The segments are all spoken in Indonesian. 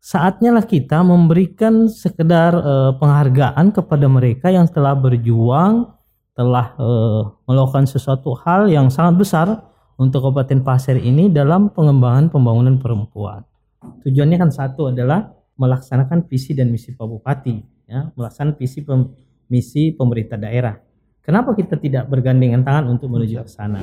saatnya lah kita memberikan sekedar penghargaan kepada mereka yang telah berjuang, telah melakukan sesuatu hal yang sangat besar untuk Kabupaten Pasir ini dalam pengembangan pembangunan perempuan. Tujuannya kan satu adalah melaksanakan visi dan misi Pak Bupati, ya, melaksanakan misi pemerintah daerah. Kenapa kita tidak bergandengan tangan untuk menuju ke sana?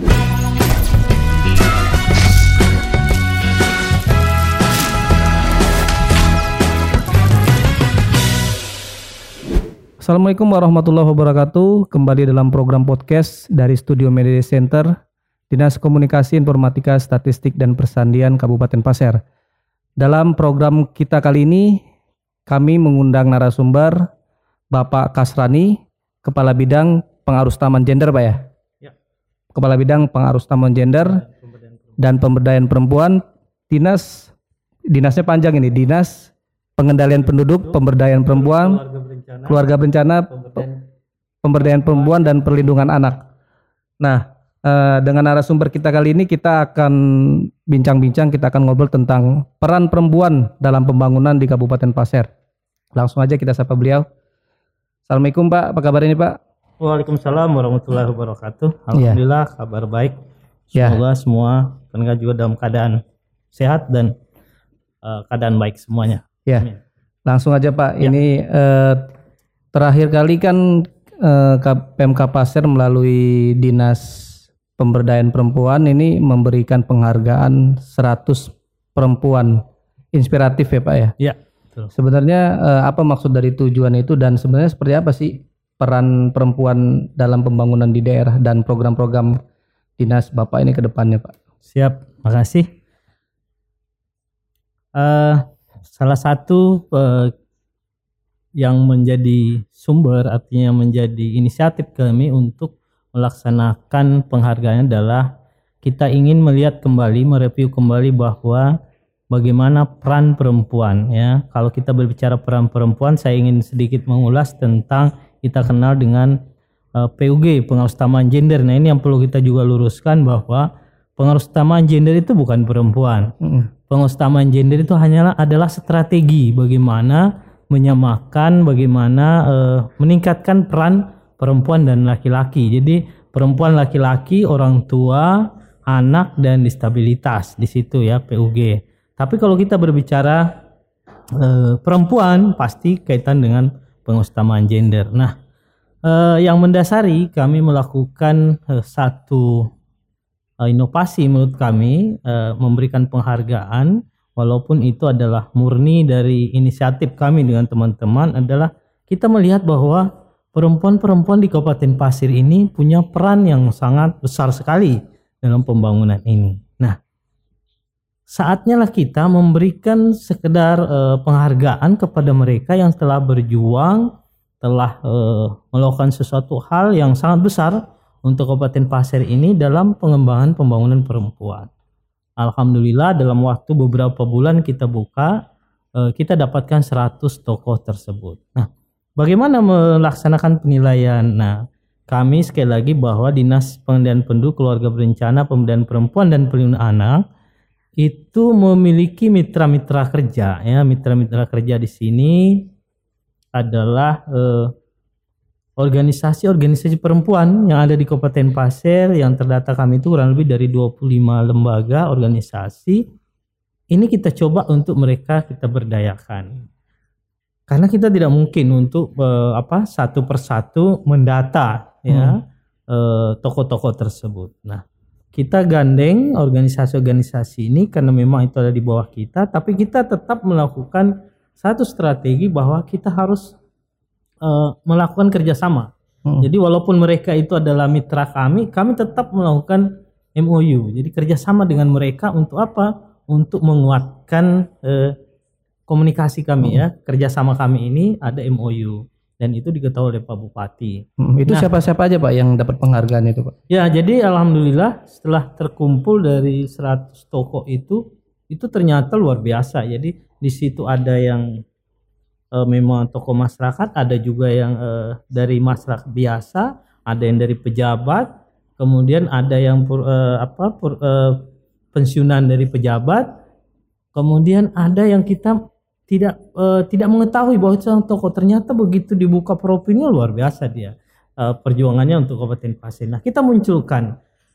Assalamualaikum warahmatullahi wabarakatuh. Kembali dalam program podcast dari Studio Media Center, Dinas Komunikasi Informatika Statistik dan Persandian Kabupaten Pasir. Dalam program kita kali ini, kami mengundang narasumber Bapak Kasrani, Kepala Bidang Pengarus Taman Gender, Pak ya? Ya. Kepala Bidang Pengarus Taman Gender dan Pemberdayaan Perempuan, dinasnya panjang ini, Dinas Pengendalian Penduduk, Pemberdayaan Perempuan, Keluarga Berencana, Pemberdayaan Perempuan dan Perlindungan Anak. Nah, dengan narasumber kita kali ini kita akan bincang-bincang, kita akan ngobrol tentang peran perempuan dalam pembangunan di Kabupaten Pasir. Langsung aja kita sapa beliau. Assalamualaikum Pak, apa kabar ini Pak? Waalaikumsalam warahmatullahi wabarakatuh. Alhamdulillah, kabar baik. Semoga semua pendengar juga dalam keadaan sehat dan keadaan baik semuanya. Ya. Amin. Langsung aja Pak, ini terakhir kali kan Pemkab Pasir melalui Dinas Pemberdayaan Perempuan ini memberikan penghargaan 100 perempuan inspiratif ya Pak ya? Iya. Betul. Sebenarnya apa maksud dari tujuan itu dan sebenarnya seperti apa sih peran perempuan dalam pembangunan di daerah dan program-program Dinas Bapak ini ke depannya Pak? Siap, makasih. Salah satu yang menjadi sumber, artinya menjadi inisiatif kami untuk melaksanakan penghargaan adalah kita ingin melihat kembali, mereview kembali bahwa bagaimana peran perempuan, ya. Kalau kita berbicara peran perempuan, saya ingin sedikit mengulas tentang kita kenal dengan PUG, pengarus utama gender. Nah, ini yang perlu kita juga luruskan bahwa pengarus utama gender itu bukan perempuan. Pengarus utama gender itu hanyalah adalah strategi bagaimana menyamakan, bagaimana meningkatkan peran perempuan dan laki-laki. Jadi perempuan, laki-laki, orang tua, anak dan disabilitas di situ ya PUG. Tapi kalau kita berbicara perempuan pasti kaitan dengan pengarus utama gender. Nah, yang mendasari kami melakukan satu inovasi menurut kami, memberikan penghargaan walaupun itu adalah murni dari inisiatif kami dengan teman-teman, adalah kita melihat bahwa perempuan-perempuan di Kabupaten Pasir ini punya peran yang sangat besar sekali dalam pembangunan ini. Nah, saatnya lah kita memberikan sekedar penghargaan kepada mereka yang telah berjuang, telah melakukan sesuatu hal yang sangat besar untuk Kabupaten Pasir ini dalam pengembangan pembangunan perempuan. Alhamdulillah dalam waktu beberapa bulan kita buka, kita dapatkan 100 tokoh tersebut. Nah, bagaimana melaksanakan penilaian? Nah, kami sekali lagi bahwa Dinas Pengendalian Penduduk, Keluarga Berencana, Pemberdayaan Perempuan dan Perlindungan Anak itu memiliki mitra-mitra kerja. Ya, mitra-mitra kerja di sini adalah organisasi-organisasi perempuan yang ada di Kabupaten Pasir yang terdata kami itu kurang lebih dari 25 lembaga organisasi. Ini kita coba untuk mereka kita berdayakan. Karena kita tidak mungkin untuk satu persatu mendata ya tokoh-tokoh tersebut. Nah, kita gandeng organisasi-organisasi ini karena memang itu ada di bawah kita, tapi kita tetap melakukan satu strategi bahwa kita harus melakukan kerjasama. Jadi walaupun mereka itu adalah mitra kami tetap melakukan MOU. Jadi kerjasama dengan mereka untuk apa? Untuk menguatkan komunikasi kami ya. Kerjasama kami ini ada MOU dan itu diketahui oleh Pak Bupati. Itu siapa-siapa aja Pak yang dapat penghargaan itu Pak? Ya, jadi alhamdulillah setelah terkumpul dari 100 tokoh itu ternyata luar biasa. Jadi di situ ada yang memang tokoh masyarakat, ada juga yang dari masyarakat biasa, ada yang dari pejabat, kemudian ada yang pensiunan dari pejabat, kemudian ada yang kita tidak mengetahui bahwa seorang tokoh ternyata begitu dibuka profilnya luar biasa dia perjuangannya untuk Kabupaten Pasir. Nah, kita munculkan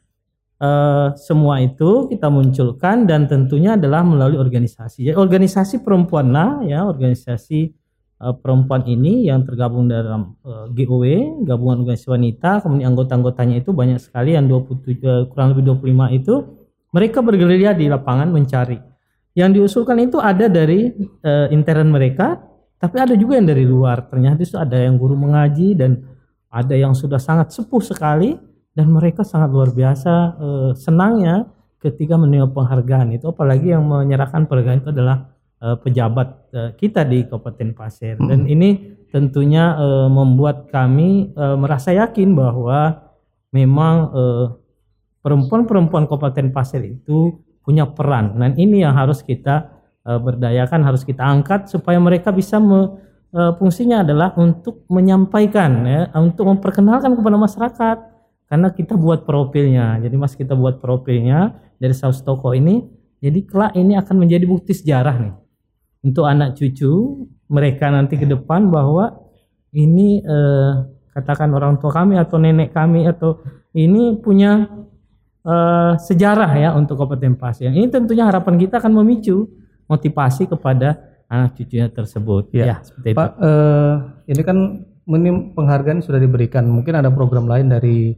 semua itu, kita munculkan, dan tentunya adalah melalui organisasi. Jadi, organisasi perempuan lah ya, organisasi perempuan ini yang tergabung dalam GOW, Gabungan Organisasi Wanita. Kemudian anggota-anggotanya itu banyak sekali, yang 27, kurang lebih 25 itu mereka bergerilya di lapangan mencari. Yang diusulkan itu ada dari intern mereka, tapi ada juga yang dari luar. Ternyata itu ada yang guru mengaji dan ada yang sudah sangat sepuh sekali, dan mereka sangat luar biasa senangnya ketika menerima penghargaan itu. Apalagi yang menyerahkan penghargaan itu adalah pejabat kita di Kabupaten Pasir. Dan ini tentunya membuat kami merasa yakin bahwa memang perempuan-perempuan Kabupaten Pasir itu punya peran, dan ini yang harus kita berdayakan, harus kita angkat supaya mereka bisa fungsinya adalah untuk menyampaikan ya, untuk memperkenalkan kepada masyarakat. Karena kita buat profilnya, jadi Mas, kita buat profilnya dari saus toko ini, jadi kelak ini akan menjadi bukti sejarah nih untuk anak cucu mereka nanti ke depan, bahwa ini katakan orang tua kami atau nenek kami atau ini punya sejarah ya untuk Kabupaten Pasir. Ini tentunya harapan kita akan memicu motivasi kepada anak cucunya tersebut. Ya, seperti Pak, itu. ini kan penghargaan sudah diberikan, mungkin ada program lain dari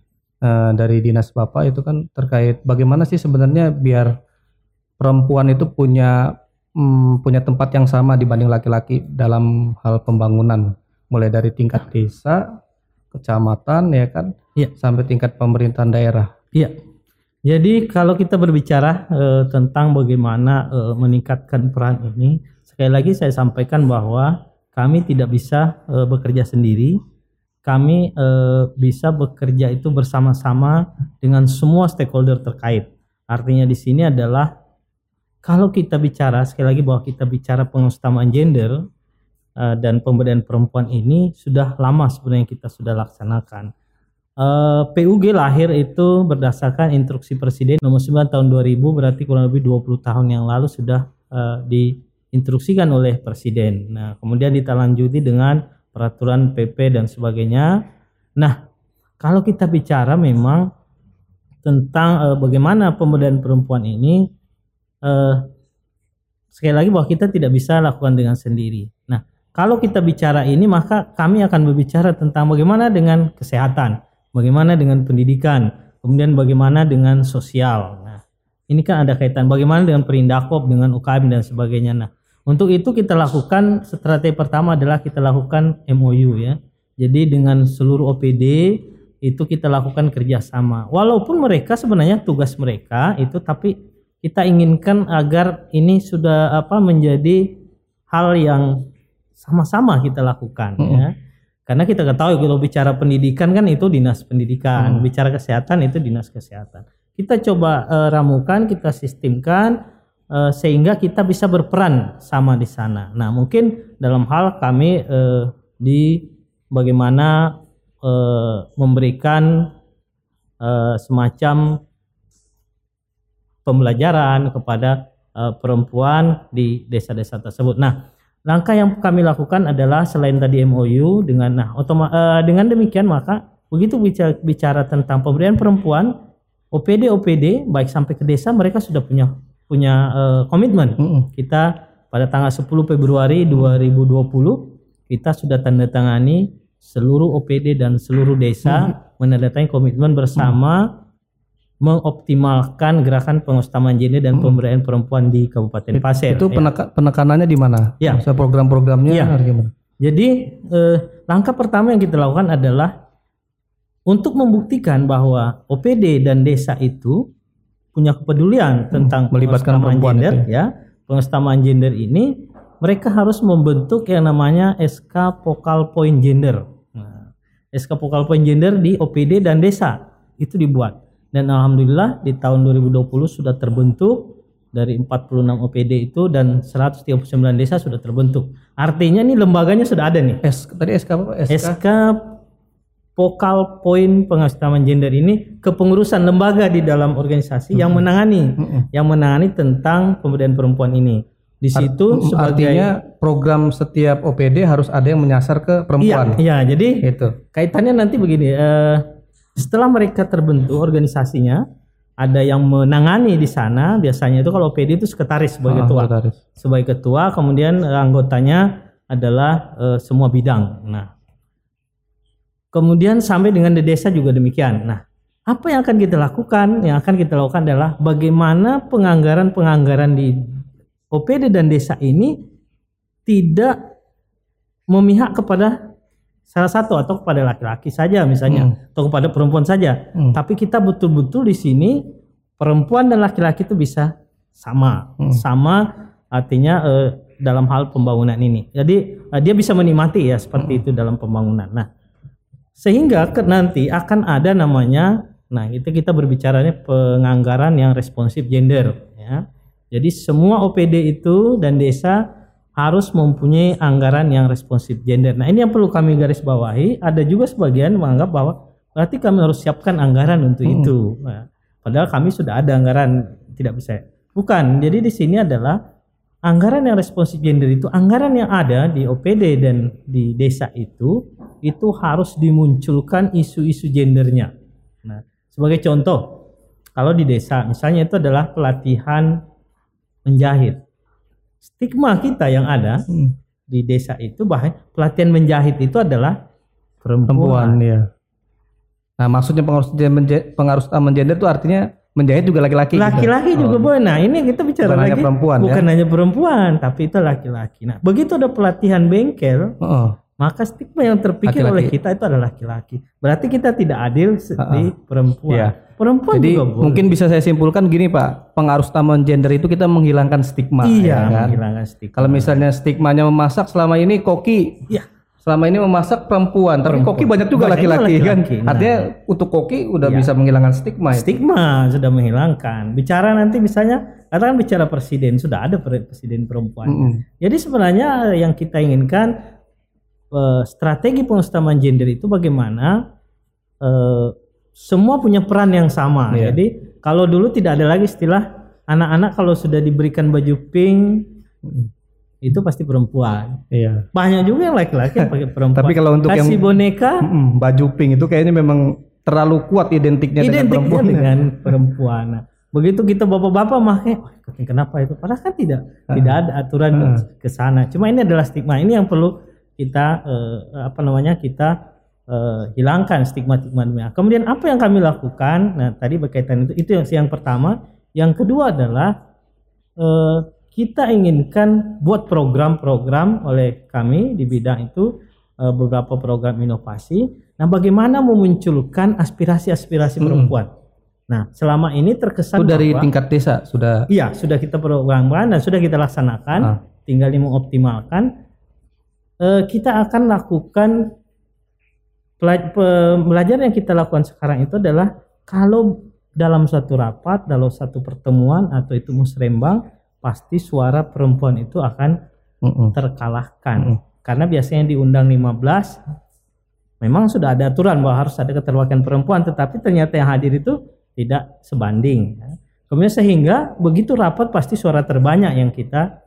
dinas Bapak itu kan terkait bagaimana sih sebenarnya biar perempuan itu punya tempat yang sama dibanding laki-laki dalam hal pembangunan, mulai dari tingkat desa, kecamatan ya kan, sampai tingkat pemerintahan daerah. Iya. Jadi kalau kita berbicara tentang bagaimana meningkatkan peran ini, sekali lagi saya sampaikan bahwa kami tidak bisa bekerja sendiri. Kami bisa bekerja itu bersama-sama dengan semua stakeholder terkait. Artinya di sini adalah kalau kita bicara, sekali lagi bahwa kita bicara pengutamaan gender dan pemberdayaan perempuan ini sudah lama sebenarnya kita sudah laksanakan. PUG lahir itu berdasarkan instruksi Presiden nomor 9 tahun 2000, berarti kurang lebih 20 tahun yang lalu sudah diinstruksikan oleh Presiden. Nah, kemudian ditindaklanjuti dengan peraturan PP dan sebagainya. Nah, kalau kita bicara memang tentang bagaimana pemberdayaan perempuan ini, sekali lagi bahwa kita tidak bisa lakukan dengan sendiri. Nah, kalau kita bicara ini, maka kami akan berbicara tentang bagaimana dengan kesehatan, bagaimana dengan pendidikan, kemudian bagaimana dengan sosial. Nah, ini kan ada kaitan bagaimana dengan Perindakop, dengan UKM dan sebagainya. Nah, untuk itu kita lakukan strategi pertama adalah kita lakukan MOU ya. Jadi dengan seluruh OPD itu kita lakukan kerjasama. Walaupun mereka sebenarnya tugas mereka itu, tapi kita inginkan agar ini sudah menjadi hal yang sama-sama kita lakukan ya. Karena kita ketahui kalau bicara pendidikan kan itu dinas pendidikan, bicara kesehatan itu dinas kesehatan. Kita coba ramukan, kita sistemkan sehingga kita bisa berperan sama di sana. Nah, mungkin dalam hal kami di bagaimana memberikan semacam pembelajaran kepada perempuan di desa-desa tersebut. Nah, langkah yang kami lakukan adalah selain tadi MOU dengan dengan demikian maka begitu bicara tentang pemberdayaan perempuan, OPD baik sampai ke desa mereka sudah punya komitmen. Kita pada tanggal 10 Februari 2020 kita sudah tanda tangani seluruh OPD dan seluruh desa menandatangani komitmen bersama mengoptimalkan gerakan pengutamaan gender dan pemberdayaan perempuan di Kabupaten Pasir. Itu penekanannya di mana? Ya. Program-programnya gimana? Jadi langkah pertama yang kita lakukan adalah untuk membuktikan bahwa OPD dan desa itu punya kepedulian tentang melibatkan perempuan gender ya. Pengutamaan gender ini mereka harus membentuk yang namanya SK Focal Point Gender. Nah, SK Focal Point Gender di OPD dan desa itu dibuat. Dan alhamdulillah di tahun 2020 sudah terbentuk dari 46 OPD itu dan 139 desa sudah terbentuk. Artinya nih lembaganya sudah ada nih. Tadi SK apa? SK Focal Point Pengutamaan Gender ini kepengurusan lembaga di dalam organisasi yang menangani tentang pemberdayaan perempuan ini. Di situ sebagai artinya program setiap OPD harus ada yang menyasar ke perempuan. Iya, jadi Itu. kaitannya nanti begini. Setelah mereka terbentuk organisasinya, ada yang menangani di sana. Biasanya itu kalau OPD itu sekretaris sebagai ketua. Sebagai ketua, kemudian anggotanya adalah semua bidang. Nah, kemudian sampai dengan di desa juga demikian. Nah, apa yang akan kita lakukan? Yang akan kita lakukan adalah bagaimana penganggaran di OPD dan desa ini tidak memihak kepada salah satu atau kepada laki-laki saja misalnya atau kepada perempuan saja. Tapi kita betul-betul di sini perempuan dan laki-laki itu bisa sama. Sama artinya dalam hal pembangunan ini. Jadi dia bisa menikmati ya seperti itu dalam pembangunan. Nah, sehingga nanti akan ada namanya, nah itu kita berbicaranya penganggaran yang responsif gender ya. Jadi semua OPD itu dan desa harus mempunyai anggaran yang responsif gender. Nah, ini yang perlu kami garis bawahi. Ada juga sebagian menganggap bahwa berarti kami harus siapkan anggaran untuk itu. Nah, padahal kami sudah ada anggaran, tidak bisa. Bukan. Jadi di sini adalah anggaran yang responsif gender itu anggaran yang ada di OPD dan di desa itu harus dimunculkan isu-isu gendernya. Nah, sebagai contoh, kalau di desa misalnya itu adalah pelatihan menjahit. Stigma kita yang ada di desa itu bahwa pelatihan menjahit itu adalah perempuan ya. Nah, maksudnya pengaruh utama gender itu artinya menjahit juga laki-laki. Laki-laki juga boleh. Nah, ini kita bicara bukan lagi hanya perempuan, bukan ya? hanya perempuan, tapi itu laki-laki. Nah, begitu ada pelatihan bengkel, maka stigma yang terpikir oleh kita itu adalah laki-laki. Berarti kita tidak adil di perempuan. Iya. Perempuan jadi juga boleh. Mungkin bisa saya simpulkan gini Pak, pengaruh utama gender itu kita menghilangkan stigma. Iya, ya kan? menghilangkan stigma. Kalau misalnya stigmanya memasak selama ini koki, selama ini memasak perempuan, tapi koki banyak juga laki-laki kan. Nah. Artinya untuk koki udah bisa menghilangkan stigma. Stigma sudah menghilangkan. Bicara nanti misalnya, katakan bicara presiden, sudah ada presiden perempuan. Jadi sebenarnya yang kita inginkan strategi pengutamaan gender itu bagaimana semua punya peran yang sama. Jadi kalau dulu tidak ada lagi istilah anak-anak kalau sudah diberikan baju pink itu pasti perempuan. Iya. Banyak juga yang laki-laki yang pakai perempuan. Tapi kalau untuk kasih yang boneka baju pink itu kayaknya memang terlalu kuat identiknya dengan perempuan. Nah, begitu kita bapak-bapak pakai kenapa itu? Padahal kan tidak ada aturan ke sana. Cuma ini adalah stigma. Ini yang perlu kita kita hilangkan stigma-stigma. Kemudian apa yang kami lakukan? Nah, tadi berkaitan itu yang pertama. Yang kedua adalah kita inginkan buat program-program oleh kami di bidang itu beberapa program inovasi. Nah, bagaimana memunculkan aspirasi-aspirasi perempuan? Nah, selama ini terkesan itu dari tingkat desa sudah. Iya, sudah kita programkan dan sudah kita laksanakan. Tinggal mengoptimalkan. Kita akan lakukan pembelajaran yang kita lakukan sekarang itu adalah kalau dalam satu rapat, dalam satu pertemuan atau itu musrembang, pasti suara perempuan itu akan terkalahkan. Karena biasanya di Undang 15 memang sudah ada aturan bahwa harus ada keterwakilan perempuan, tetapi ternyata yang hadir itu tidak sebanding. Kemudian sehingga begitu rapat pasti suara terbanyak yang kita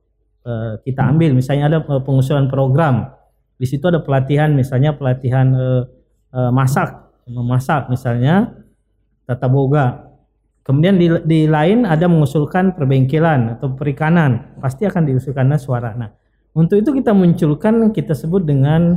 ambil. Misalnya ada pengusulan program, di situ ada pelatihan, misalnya pelatihan memasak misalnya tata boga. Kemudian di lain ada mengusulkan perbengkelan atau perikanan, pasti akan diusulkan suara. Nah, untuk itu kita munculkan, kita sebut dengan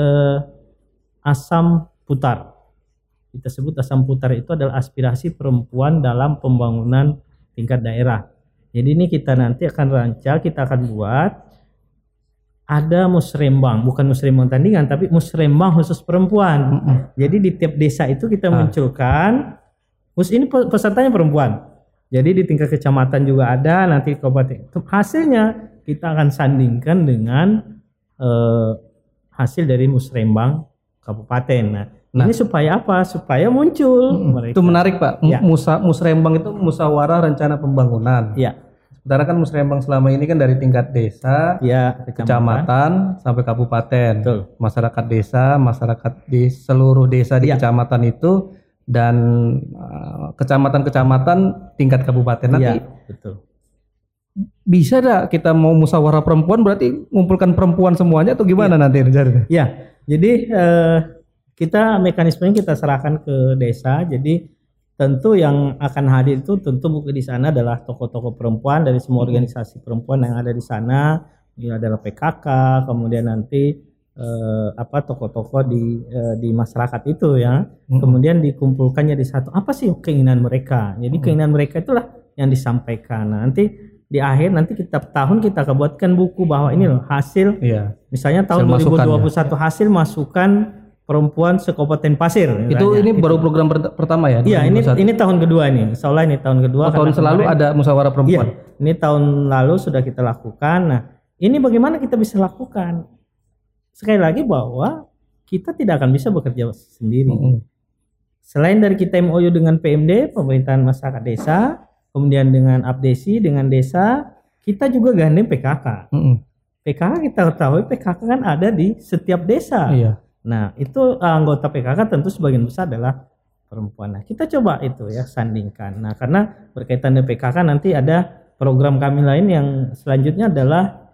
asam putar. Kita sebut asam putar itu adalah aspirasi perempuan dalam pembangunan tingkat daerah. Jadi ini kita nanti akan rancang, kita akan buat ada musrembang, bukan musrembang tandingan, tapi musrembang khusus perempuan. Jadi di tiap desa itu kita munculkan, ini pesertanya perempuan. Jadi di tingkat kecamatan juga ada, nanti kabupaten. Hasilnya kita akan sandingkan dengan hasil dari musrembang kabupaten. Nah, ini supaya apa? Supaya muncul mereka. Itu menarik Pak. Musrembang itu musyawarah rencana pembangunan. Iya. Sementara kan musrembang selama ini kan dari tingkat desa, kecamatan sampai kabupaten. Betul. Masyarakat desa, masyarakat di seluruh desa di kecamatan itu, dan kecamatan-kecamatan tingkat kabupaten. Nanti betul. bisa dah kita mau musyawarah perempuan berarti ngumpulkan perempuan semuanya atau gimana nanti rencananya? Ya, jadi kita mekanismenya kita serahkan ke desa. Jadi tentu yang akan hadir itu tentu di sana adalah tokoh-tokoh perempuan dari semua organisasi perempuan yang ada di sana. Ini adalah PKK, kemudian nanti tokoh-tokoh di masyarakat itu ya. Kemudian dikumpulkannya di satu. Apa sih keinginan mereka? Jadi keinginan mereka itulah yang disampaikan. Nah, nanti di akhir nanti tahun kita akan buatkan buku bahwa ini loh hasil. Misalnya tahun 2021 hasil masukan perempuan sekabupaten Pasir. Itu ini gitu. Baru program pertama ya? Iya, ini tahun kedua ini. Insya Allah ini tahun kedua. Tahun selalu ada musyawarah perempuan. Iya, ini tahun lalu sudah kita lakukan. Nah, ini bagaimana kita bisa lakukan? Sekali lagi bahwa kita tidak akan bisa bekerja sendiri. Selain dari kita MOU dengan PMD, pemerintahan masyarakat desa, kemudian dengan Abdesi, dengan desa, kita juga gandeng PKK. PKK kita ketahui PKK kan ada di setiap desa. Iya. Nah, itu anggota PKK tentu sebagian besar adalah perempuan. Nah, kita coba itu ya sandingkan. Nah, karena berkaitan dengan PKK nanti ada program kami lain yang selanjutnya adalah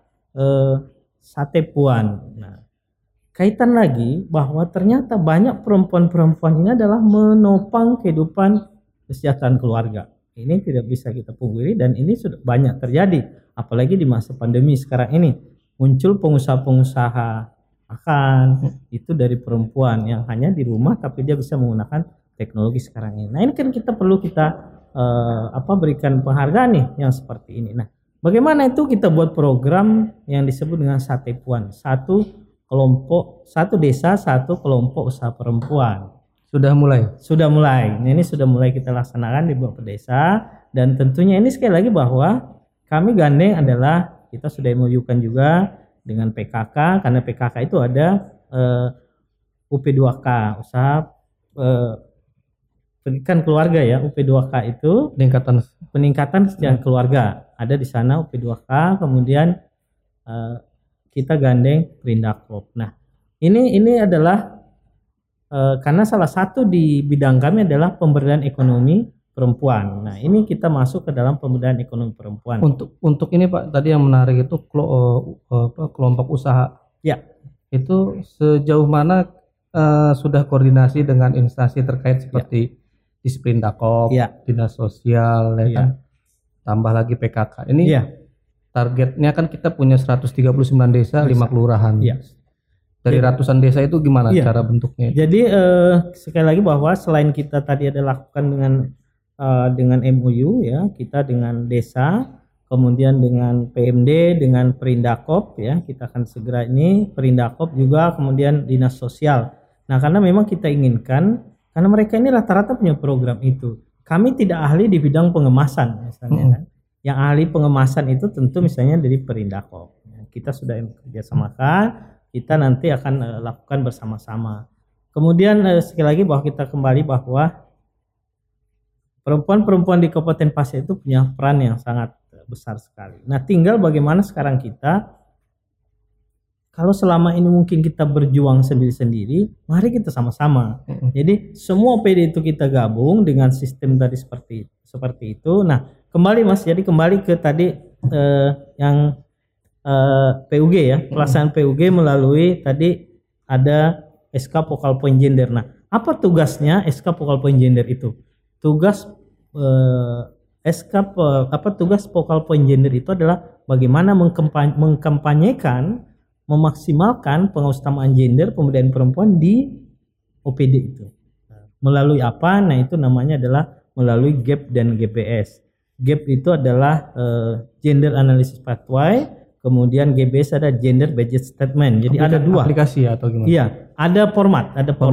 Sate Puan. Nah, kaitan lagi bahwa ternyata banyak perempuan-perempuan ini adalah menopang kehidupan kesejahteraan keluarga. Ini tidak bisa kita pungkiri dan ini sudah banyak terjadi. Apalagi di masa pandemi sekarang ini muncul pengusaha-pengusaha itu dari perempuan yang hanya di rumah tapi dia bisa menggunakan teknologi sekarang ini. Nah, ini kan kita perlu berikan penghargaan nih yang seperti ini. Nah, bagaimana itu kita buat program yang disebut dengan Sate Puan, satu desa, satu kelompok usaha perempuan. Sudah mulai. Nah, ini sudah mulai kita laksanakan di beberapa desa dan tentunya ini sekali lagi bahwa kami gandeng adalah kita sudah menunjukkan juga dengan PKK, karena PKK itu ada UP2K, usaha pendidikan keluarga ya. UP2K itu peningkatan kesejahteraan keluarga, ada di sana UP2K. Kemudian kita gandeng Perindakop. Nah, ini adalah karena salah satu di bidang kami adalah pemberdayaan ekonomi perempuan. Nah, ini kita masuk ke dalam pemberdayaan ekonomi perempuan. Untuk ini Pak, tadi yang menarik itu kelompok usaha. Ya. Itu sejauh mana sudah koordinasi dengan instansi terkait seperti Disperindak, Dinas Sosial, kan? Tambah lagi PKK. Ini targetnya kan kita punya 139 desa, 5 kelurahan. Dari ratusan desa itu gimana cara bentuknya? Jadi sekali lagi bahwa selain kita tadi ada lakukan dengan MOU ya, kita dengan desa, kemudian dengan PMD, dengan Perindakop ya, kita akan segera ini Perindakop juga, kemudian Dinas Sosial. Nah, karena memang kita inginkan, karena mereka ini rata-rata punya program itu. Kami tidak ahli di bidang pengemasan misalnya kan. Yang ahli pengemasan itu tentu misalnya dari Perindakop. Kita sudah kerjasamakan, kita nanti akan lakukan bersama-sama. Kemudian sekali lagi bahwa kita kembali bahwa perempuan-perempuan di Kabupaten Pasir itu punya peran yang sangat besar sekali. Nah, tinggal bagaimana sekarang kita, kalau selama ini mungkin kita berjuang sendiri-sendiri, mari kita sama-sama. Jadi semua PD itu kita gabung dengan sistem tadi seperti itu. Nah, kembali Mas, jadi kembali ke tadi yang PUG ya, pelaksanaan PUG melalui tadi ada SK Focal Point Gender. Nah, apa tugasnya SK Focal Point Gender itu? Tugas tugas Focal Point Gender itu adalah bagaimana mengkampanyekan, memaksimalkan pengutamaan gender pemberdayaan perempuan di OPD itu. Melalui apa? Nah, itu namanya adalah melalui GAP dan GPS. GAP itu adalah Gender Analysis Pathway, kemudian GPS ada Gender Budget Statement. Jadi ada dua aplikasi atau gimana? Iya, ada format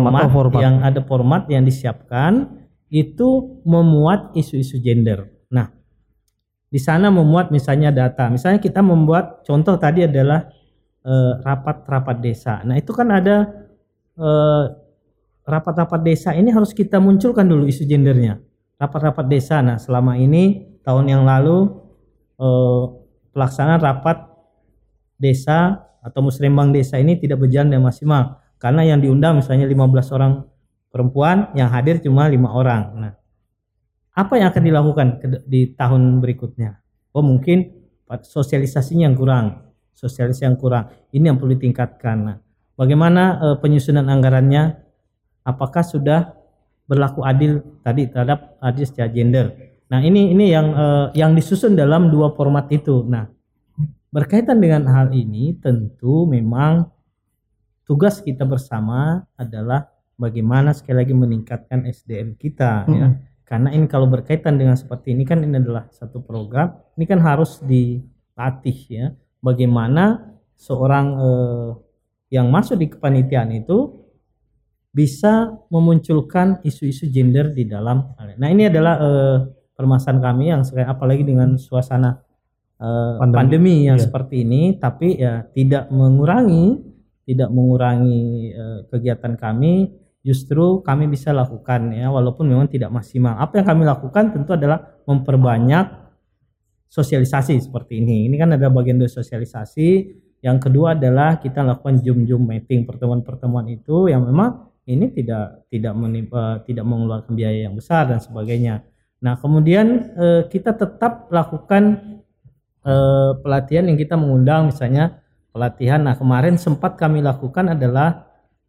yang disiapkan itu memuat isu-isu gender. Nah, di sana memuat misalnya data. Misalnya kita membuat contoh tadi adalah rapat-rapat desa. Nah, itu kan ada rapat-rapat desa ini harus kita munculkan dulu isu gendernya. Rapat-rapat desa. Nah, selama ini tahun yang lalu pelaksanaan rapat desa atau musrembang desa ini tidak berjalan dengan maksimal karena yang diundang misalnya 15 orang perempuan, yang hadir cuma 5 orang. Nah, apa yang akan dilakukan di tahun berikutnya? Oh, mungkin sosialisasinya yang kurang, sosialisasi yang kurang. Ini yang perlu ditingkatkan. Nah, bagaimana penyusunan anggarannya? Apakah sudah berlaku adil tadi terhadap adil secara gender? Nah, ini yang disusun dalam 2 format itu. Nah, berkaitan dengan hal ini tentu memang tugas kita bersama adalah bagaimana sekali lagi meningkatkan SDM kita ya. Karena ini kalau berkaitan dengan seperti ini kan ini adalah satu program, ini kan harus dilatih ya. Bagaimana seorang yang masuk di kepanitiaan itu bisa memunculkan isu-isu gender di dalam. Nah, ini adalah permasalahan kami yang sekarang apalagi dengan suasana pandemi yang seperti ini, tapi ya tidak mengurangi kegiatan kami. Justru kami bisa lakukan ya, walaupun memang tidak maksimal. Apa yang kami lakukan tentu adalah memperbanyak sosialisasi seperti ini. Ini kan ada bagian dari sosialisasi. Yang kedua adalah kita lakukan Zoom meeting, pertemuan-pertemuan itu yang memang ini tidak mengeluarkan biaya yang besar dan sebagainya. Nah, kemudian kita tetap lakukan pelatihan yang kita mengundang, misalnya pelatihan. Nah, kemarin sempat kami lakukan adalah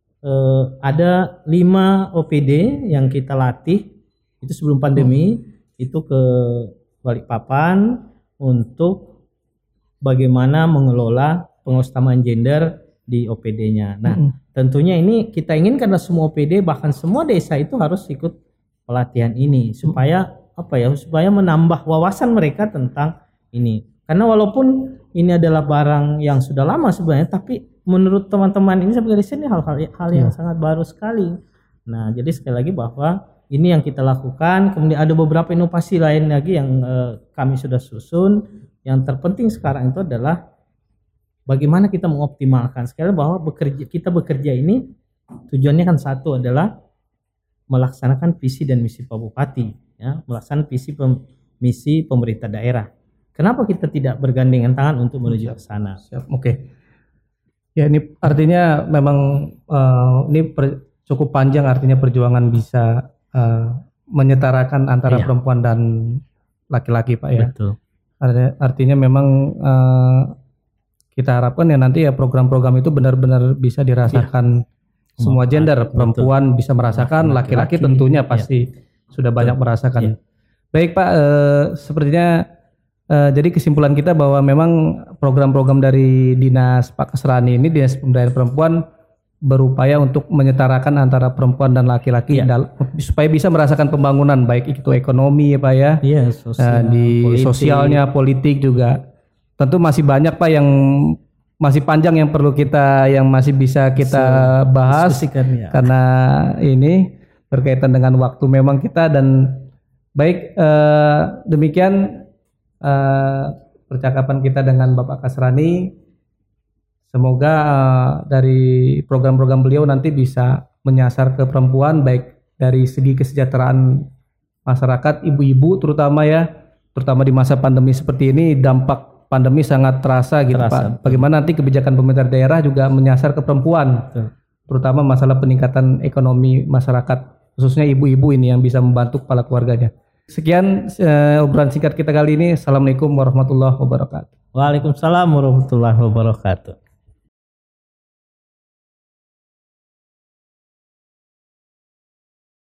ada 5 OPD yang kita latih itu sebelum pandemi, itu ke Balikpapan untuk bagaimana mengelola pengutamaan gender di OPD-nya. Nah, tentunya ini kita inginkan semua OPD bahkan semua desa itu harus ikut pelatihan ini supaya supaya menambah wawasan mereka tentang ini. Karena walaupun ini adalah barang yang sudah lama sebenarnya, tapi menurut teman-teman ini sebenarnya ini hal yang sangat baru sekali. Nah, jadi sekali lagi bahwa ini yang kita lakukan. Kemudian ada beberapa inovasi lain lagi yang kami sudah susun. Yang terpenting sekarang itu adalah bagaimana kita mengoptimalkan. Sekali bahwa kita bekerja ini tujuannya kan satu adalah melaksanakan visi dan misi Pak Bupati, ya, melaksanakan misi pemerintah daerah. Kenapa kita tidak bergandengan tangan untuk menuju ke sana? Oke. Ya, ini artinya memang ini cukup panjang, artinya perjuangan bisa menyetarakan antara perempuan dan laki-laki, Pak ya. Betul. Artinya memang kita harapkan ya nanti ya program-program itu benar-benar bisa dirasakan semua gender. Perempuan bisa merasakan, laki-laki tentunya pasti sudah banyak merasakan. Baik Pak, sepertinya jadi kesimpulan kita bahwa memang program-program dari Dinas Pak Kasrani ini, Dinas Pemberdayaan Perempuan, berupaya untuk menyetarakan antara perempuan dan laki-laki supaya bisa merasakan pembangunan baik itu ekonomi ya Pak ya, politik. Sosialnya, politik juga. Tentu masih banyak Pak yang masih panjang yang perlu yang masih bisa kita bahas karena ini berkaitan dengan waktu memang kita. Dan baik, demikian percakapan kita dengan Bapak Kasrani. Semoga dari program-program beliau nanti bisa menyasar ke perempuan baik dari segi kesejahteraan masyarakat, ibu-ibu terutama ya, terutama di masa pandemi seperti ini. Dampak pandemi sangat terasa gitu Pak. Bagaimana nanti kebijakan pemerintah daerah juga menyasar ke perempuan, terutama masalah peningkatan ekonomi masyarakat, khususnya ibu-ibu ini yang bisa membantu kepala keluarganya. Sekian obrolan singkat kita kali ini. Assalamualaikum warahmatullahi wabarakatuh. Waalaikumsalam warahmatullahi wabarakatuh.